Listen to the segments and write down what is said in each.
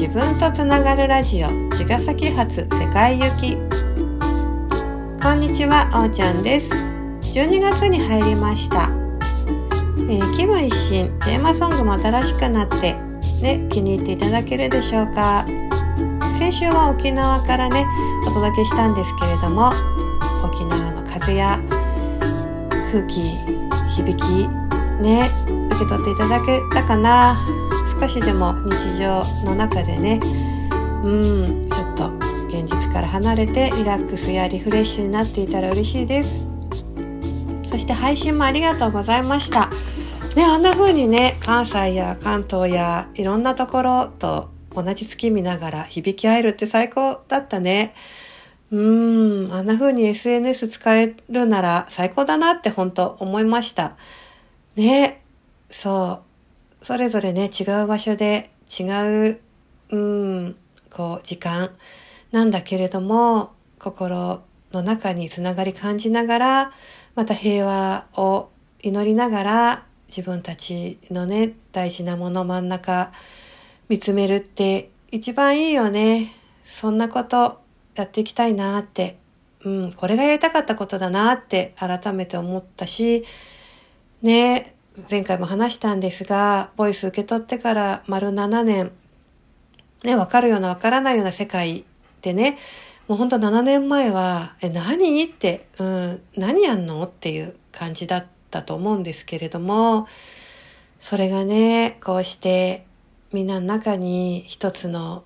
自分とつながるラジオ、茅ヶ崎発世界行き。こんにちは、おーちゃんです。12月に入りました。気分一新、テーマソングも新しくなってね、気に入っていただけるでしょうか。先週は沖縄からねお届けしたんですけれども、沖縄の風や空気、響きね、受け取っていただけたかな。少しでも日常の中でね、ちょっと現実から離れてリラックスやリフレッシュになっていたら嬉しいです。そして配信もありがとうございましたね。あんな風にね、関西や関東やいろんなところと同じ月見ながら響き合えるって最高だったね。あんな風に SNS 使えるなら最高だなって本当思いましたね。それぞれね、違う場所で違う時間なんだけれども、心の中につながり感じながら、また平和を祈りながら、自分たちのね、大事なもの真ん中見つめるって一番いいよね。そんなことやっていきたいなって、これがやりたかったことだなって改めて思ったし、ね、前回も話したんですが、ボイス受け取ってから丸7年、ね、わかるようなわからないような世界でね、もうほんと7年前は、何って、何やんのっていう感じだったと思うんですけれども、それがね、こうしてみんなの中に一つの、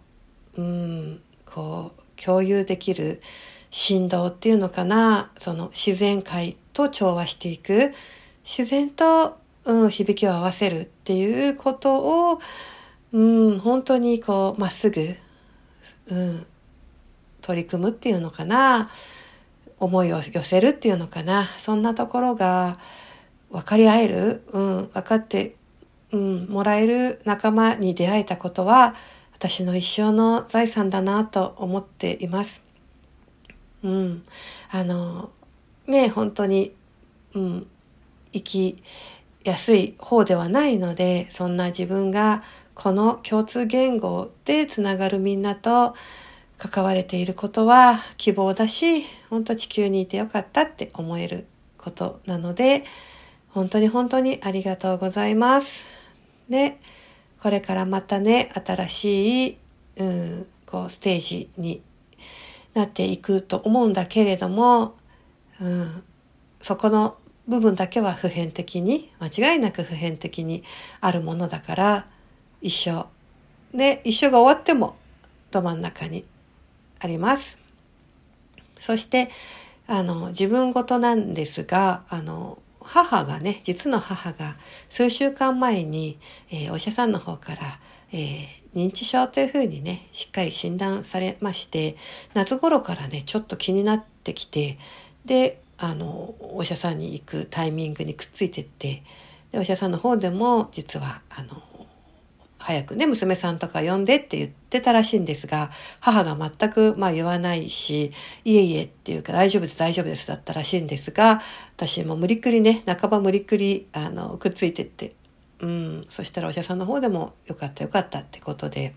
共有できる振動っていうのかな、その自然界と調和していく、自然と、響きを合わせるっていうことを、本当にまっすぐ、取り組むっていうのかな、思いを寄せるっていうのかな、そんなところが分かり合える、分かって、もらえる仲間に出会えたことは、私の一生の財産だなと思っています。本当に、生きやすい方ではないので、そんな自分がこの共通言語でつながるみんなと関われていることは希望だし、本当地球にいてよかったって思えることなので、本当に本当にありがとうございます。で、これからまたね、新しい、ステージになっていくと思うんだけれども、そこの部分だけは普遍的に、間違いなく普遍的にあるものだから、一生が終わってもど真ん中にあります。そして自分ごとなんですが、実の母が数週間前に、お医者さんの方から、認知症というふうにね、しっかり診断されまして、夏頃からね、ちょっと気になってきて、で、お医者さんに行くタイミングにくっついてって、で、お医者さんの方でも、実は、早くね、娘さんとか呼んでって言ってたらしいんですが、母が全く言わないし、いえいえっていうか大丈夫ですだったらしいんですが、私も無理くりね、半ば無理くりくっついてって、そしたらお医者さんの方でもよかったってことで、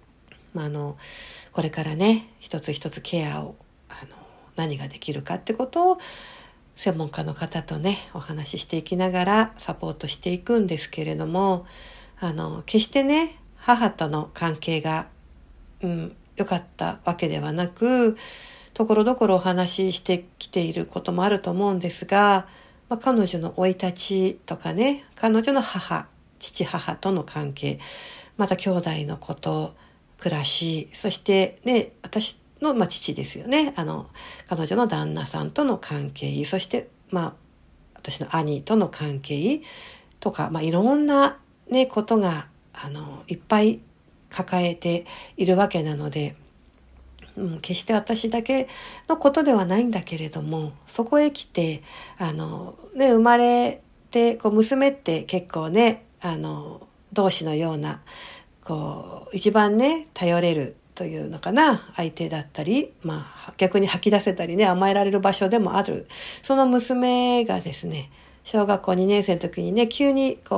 これからね、一つ一つケアを何ができるかってことを専門家の方とね、お話ししていきながらサポートしていくんですけれども、決してね、母との関係が、良かったわけではなく、ところどころお話ししてきていることもあると思うんですが、彼女の生い立ちとかね、彼女の父母との関係、また兄弟のこと、暮らし、そしてね、私の、父ですよね。彼女の旦那さんとの関係、そして、私の兄との関係とか、いろんなね、ことが、いっぱい抱えているわけなので、決して私だけのことではないんだけれども、そこへ来て、生まれて、娘って結構ね、同志のような、一番ね、頼れるというのかな、相手だったり、逆に吐き出せたりね、甘えられる場所でもある。その娘がですね、小学校2年生の時にね、急に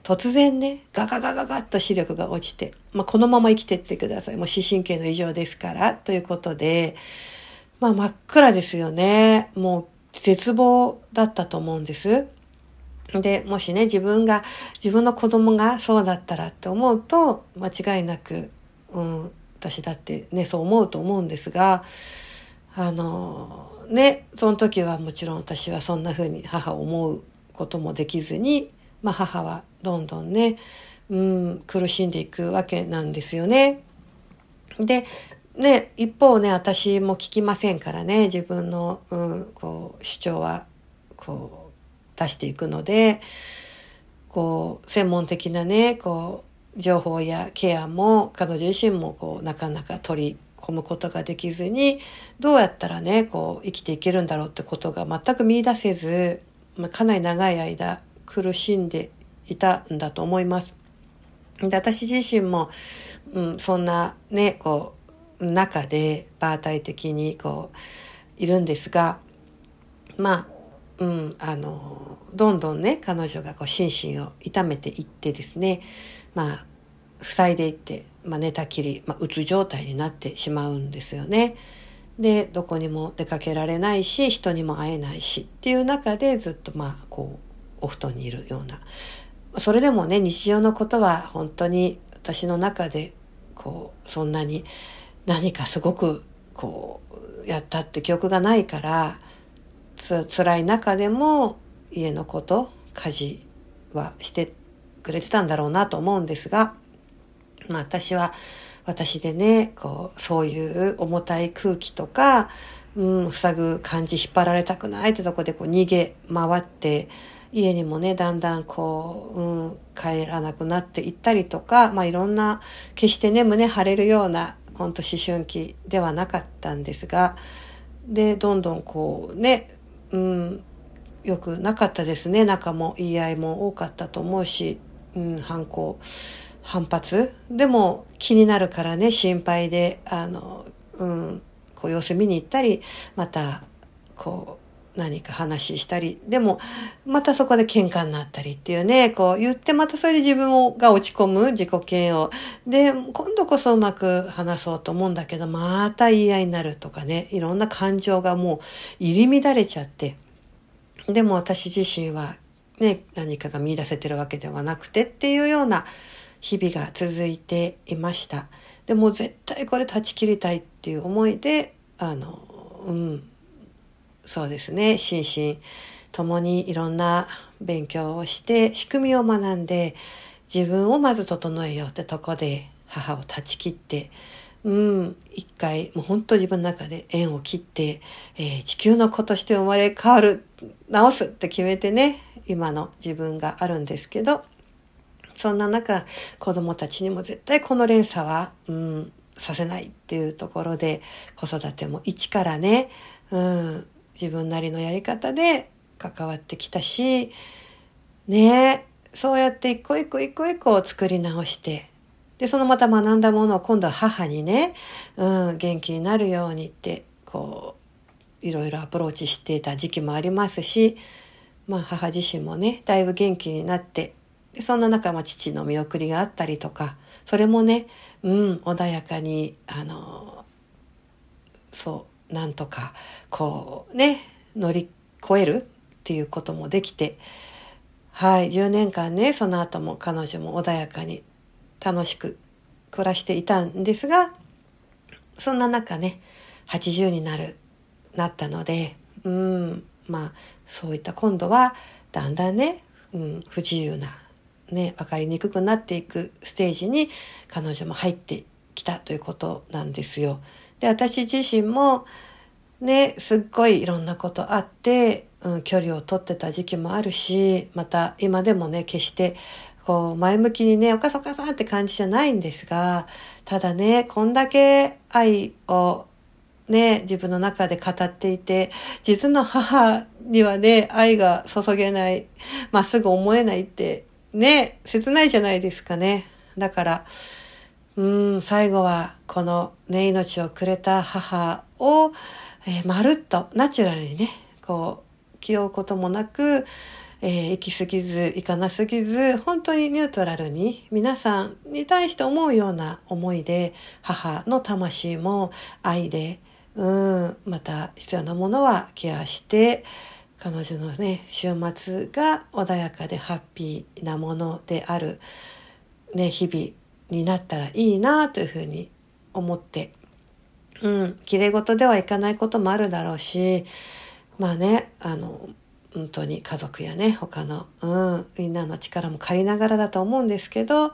突然ね、ガガガガガッと視力が落ちて、このまま生きてってください。もう視神経の異常ですから、ということで、真っ暗ですよね。もう絶望だったと思うんです。で、もしね、自分の子供がそうだったらって思うと、間違いなく、私だってね、そう思うと思うんですが、その時はもちろん私はそんな風に母を思うこともできずに、母はどんどんね、苦しんでいくわけなんですよね。で、ね、一方ね、私も聞きませんからね、自分の、主張は、出していくので、専門的なね、情報やケアも彼女自身もなかなか取り込むことができずに、どうやったらね、生きていけるんだろうってことが全く見出せず、かなり長い間苦しんでいたんだと思います。で、私自身も、そんなね、中で場当たり的にいるんですが、どんどんね、彼女が心身を痛めていってですね、塞いでいって、寝たきり、うつ状態になってしまうんですよね。で、どこにも出かけられないし、人にも会えないしっていう中でずっとお布団にいるような。それでもね、日常のことは本当に私の中で、そんなに何かすごく、やったって記憶がないから、辛い中でも家のこと、家事はしてくれてたんだろうなと思うんですが、私は私でね、そういう重たい空気とか、塞ぐ感じ、引っ張られたくないってとこで逃げ回って、家にもね、だんだん帰らなくなっていったりとか、いろんな、決してね、胸張れるような、本当思春期ではなかったんですが、で、どんどんよくなかったですね。仲も言い合いも多かったと思うし、反発でも気になるからね、心配で、様子見に行ったり、また、何か話したり、でも、またそこで喧嘩になったりっていうね、言ってまたそれで自分が落ち込む、自己嫌悪。で、今度こそうまく話そうと思うんだけど、また言い合いになるとかね、いろんな感情がもう入り乱れちゃって、でも私自身はね、何かが見出せてるわけではなくてっていうような日々が続いていました。でも絶対これ断ち切りたいっていう思いで、そうですね、心身ともにいろんな勉強をして仕組みを学んで自分をまず整えようってとこで母を断ち切って、一回もう本当自分の中で縁を切って、地球の子として生まれ変わる、直すって決めてね、今の自分があるんですけど、そんな中子供たちにも絶対この連鎖は、させないっていうところで子育ても一からね、自分なりのやり方で関わってきたし、そうやって一個一個を作り直して、で、そのまた学んだものを今度は母にね、元気になるようにって、いろいろアプローチしていた時期もありますし、母自身もね、だいぶ元気になって、でそんな中、父の見送りがあったりとか、それもね、穏やかに、なんとか、乗り越えるっていうこともできて、10年間ね、その後も彼女も穏やかに楽しく暮らしていたんですが、そんな中ね、80になったので、そういった今度はだんだんね、不自由な、分かりにくくなっていくステージに彼女も入ってきたということなんですよ。で、私自身もね、すっごいいろんなことあって、距離を取ってた時期もあるし、また今でもね、決して前向きにね、おかさって感じじゃないんですが、ただね、こんだけ愛をね、自分の中で語っていて、実の母にはね、愛が注げない、まっすぐ思えないってね、切ないじゃないですかね。だから、最後はこのね、命をくれた母を、まるっとナチュラルにね、気負うこともなく、 行き過ぎず行かなすぎず、本当にニュートラルに皆さんに対して思うような思いで、母の魂も愛で、また必要なものはケアして、彼女のね、週末が穏やかでハッピーなものである、ね、日々になったらいいなというふうに思って、綺麗事ではいかないこともあるだろうし、まあね、本当に家族やね、他の、みんなの力も借りながらだと思うんですけど、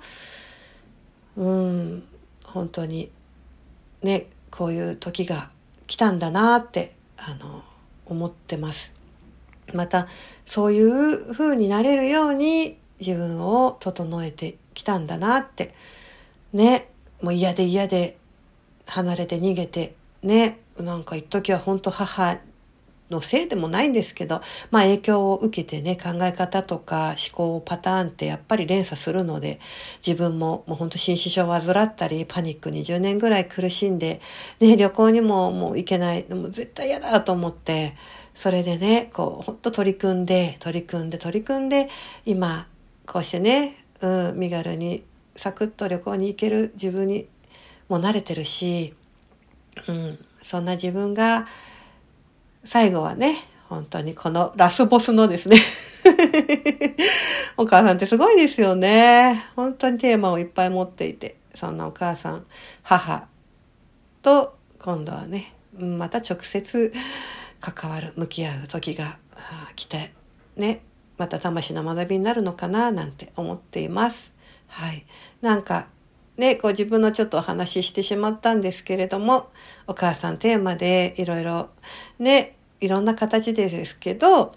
本当にね、こういう時が来たんだなって思ってます。またそういう風になれるように自分を整えてきたんだなってね。もう嫌で離れて逃げてね、なんか一時は本当母のせいでもないんですけど、影響を受けてね、考え方とか思考パターンってやっぱり連鎖するので、自分ももう本当心身症を患ったり、パニックに10年ぐらい苦しんで、ね、旅行にももう行けない、もう絶対嫌だと思って、それでね、本当取り組んで、今、こうしてね、身軽にサクッと旅行に行ける自分にも慣れてるし、そんな自分が、最後はね、本当にこのラスボスのですねお母さんってすごいですよね。本当にテーマをいっぱい持っていて、そんなお母さん、母と今度はね、また直接関わる、向き合う時が来てね、また魂の学びになるのかななんて思っています。はい。なんかね、自分のちょっとお話ししてしまったんですけれども、お母さんテーマでいろいろね、いろんな形でですけど、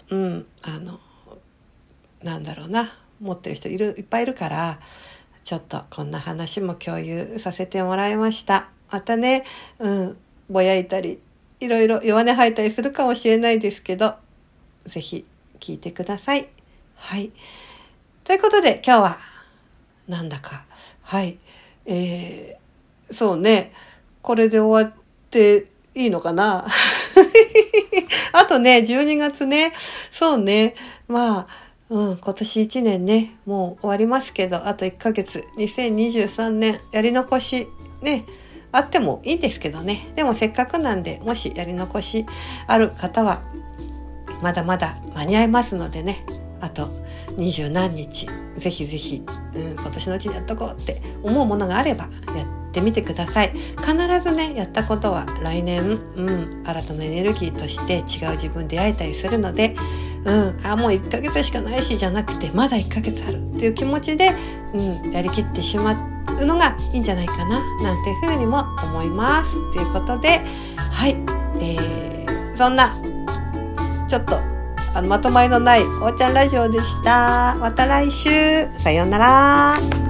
なんだろうな、持ってる人いっぱいいるから、ちょっとこんな話も共有させてもらいました。またね、ぼやいたり、いろいろ弱音吐いたりするかもしれないですけど、ぜひ聞いてください。はい。ということで今日は、なんだか、はい。そうね、これで終わっていいのかなあとね、12月ね、そうね、今年1年ね、もう終わりますけど、あと1ヶ月、2023年やり残しね、あってもいいんですけどね。でもせっかくなんで、もしやり残しある方は、まだまだ間に合いますのでね、あと20何日、ぜひぜひ、今年のうちにやっとこうって思うものがあればやってみてください。必ずね、やったことは来年、新たなエネルギーとして違う自分に出会えたりするので、もう1ヶ月しかないしじゃなくて、まだ1ヶ月あるっていう気持ちで、やりきってしまうのがいいんじゃないかな、なんていうふうにも思います。ということで、はい、そんな、ちょっと、まとまりのないおーちゃんラジオでした。また来週。さようなら。